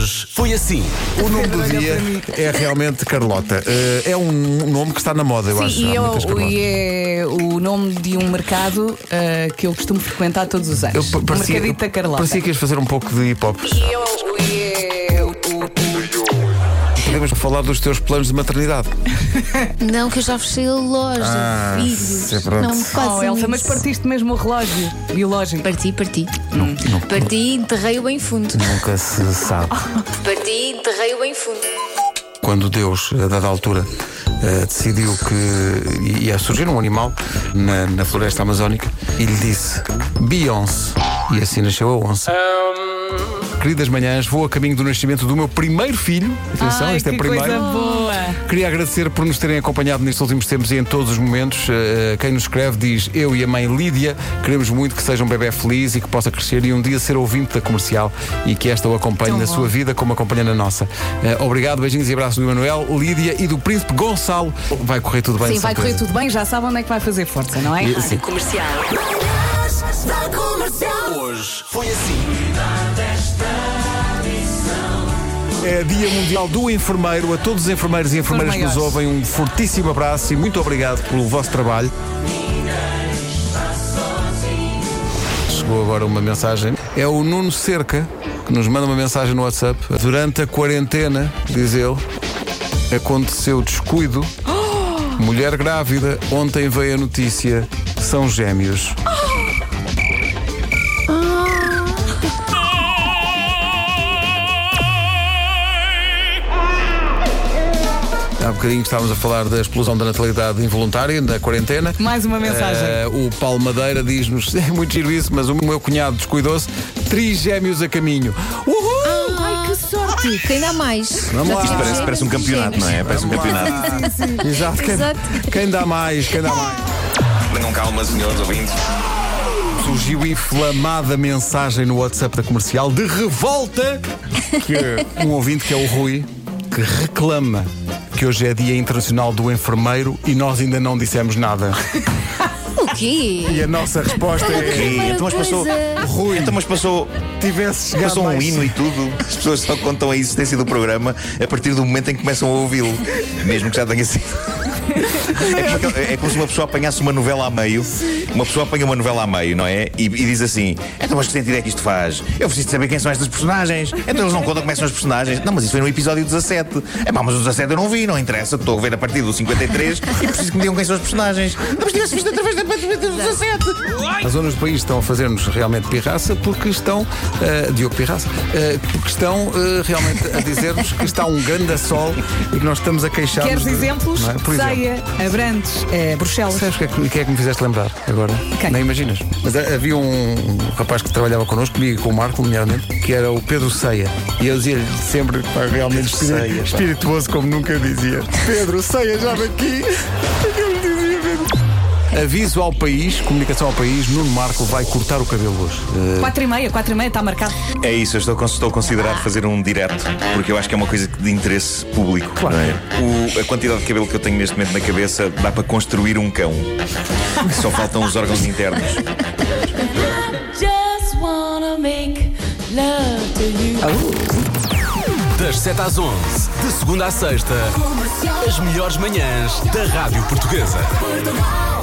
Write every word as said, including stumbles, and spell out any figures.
Hoje foi assim. O nome do dia é realmente Carlota. Uh, é um nome que está na moda, eu Sim, acho. e, Há muitas eu, Carlotas. e é o nome de um mercado uh, que eu costumo frequentar todos os anos. Eu, o parecia, Mercadito da Carlota. parecia que ias fazer um pouco de hip hop. E eu, e é o, o, Podemos falar dos teus planos de maternidade. Não, que eu já fechei a loja, Ah, filhos. sim, pronto. Não me oh, façam Elsa, mas isso. partiste mesmo o relógio biológico. Parti, parti. Parti e enterrei-o bem fundo. Nunca se sabe. Parti e enterrei-o bem fundo. Quando Deus, a dada altura, uh, decidiu que ia surgir um animal na, na floresta amazónica e lhe disse Beyoncé. E assim nasceu a onça. Queridas manhãs, vou a caminho do nascimento do meu primeiro filho. Atenção, Ai, este é o que primeiro. coisa boa. Queria agradecer por nos terem acompanhado nestes últimos tempos e em todos os momentos. Uh, quem nos escreve diz: eu e a mãe Lídia queremos muito que seja um bebê feliz e que possa crescer e um dia ser ouvinte da Comercial e que esta o acompanhe Tão na bom. sua vida como acompanha na nossa. Uh, obrigado, beijinhos e abraços do Emanuel, Lídia e do Príncipe Gonçalo. Vai correr tudo bem. Sim, de vai correr certeza. tudo bem, já sabe onde é que vai fazer força, não é? E- sim. Comercial. Hoje foi assim. É Dia Mundial do Enfermeiro. A todos os enfermeiros e enfermeiras que nos maiores. ouvem, um fortíssimo abraço e muito obrigado pelo vosso trabalho. Chegou agora uma mensagem. É o Nuno Cerca que nos manda uma mensagem no WhatsApp. Durante a quarentena, diz ele, aconteceu descuido. Mulher grávida. Ontem veio a notícia. São gêmeos. Há bocadinho estávamos a falar da explosão da natalidade involuntária, da quarentena. Mais uma mensagem. Eh, o Paulo Madeira diz-nos: é muito giro isso, mas o meu cunhado descuidou-se. Trigémeos a caminho. Uhul! Ai, que sorte! Quem dá mais? Vamos Já lá. tive Isto Parece, parece um gêmeos e campeonato, não é? Parece um campeonato. Exato. Quem, Exato. quem dá mais? Quem dá mais? Tenham calma, senhores ouvintes. Surgiu inflamada mensagem no WhatsApp da Comercial de revolta que um ouvinte, que é o Rui, que reclama que hoje é Dia Internacional do Enfermeiro e nós ainda não dissemos nada. O quê? E a nossa resposta é: Primeira Então, mas passou. coisa. Rui, Então, mas passou. tivesse chegado Passou um mais hino e tudo. As pessoas só contam a existência do programa a partir do momento em que começam a ouvi-lo. Mesmo que já tenha sido. É como, aquele- é como se uma pessoa apanhasse uma novela a meio. Uma pessoa apanha uma novela a meio, não é? E, e diz assim: então, mas que sentido é que isto faz? Eu preciso de saber quem são estas personagens. Então eles não contam como é que são os personagens. Não, mas isso foi no episódio dezassete. É pá, mas o dezassete eu não vi, não interessa. Estou a ver a partir do cinquenta e três e preciso que me digam quem são os personagens. Não, mas tivesse visto através da do dezassete. As zonas do país estão a fazer-nos realmente pirraça porque estão, eh, Diogo Pirraça, eh, porque estão eh, realmente a dizer-nos que está um grande sol e que nós estamos a queixar-nos. Queres de- exemplos? não é? Por exemplo. Ceia, Abrantes, é, Bruxelas. Sabes o que, é que, o que é que me fizeste lembrar agora? Quem? Nem imaginas. Mas ha- havia um, um rapaz que trabalhava connosco, comigo e com o Marco, nomeadamente, que era o Pedro Ceia. E eu dizia-lhe sempre, pá, realmente Pedro Ceia, espiri- pá. espirituoso, como nunca dizia: Pedro Ceia, já daqui. Eu lhe dizia mesmo. Aviso ao país, comunicação ao país: Nuno Marco vai cortar o cabelo hoje. Eh, Quatro e meia, quatro e meia, está marcado. É isso, eu estou, a- estou a considerar fazer um direto, porque eu acho que é uma coisa de interesse público. Claro. Não é? O- a quantidade de cabelo que eu tenho neste momento na cabeça dá para construir um cão. Só faltam os órgãos internos. Just wanna make love to you. Das sete às onze, de segunda à sexta, as melhores manhãs da Rádio Portuguesa.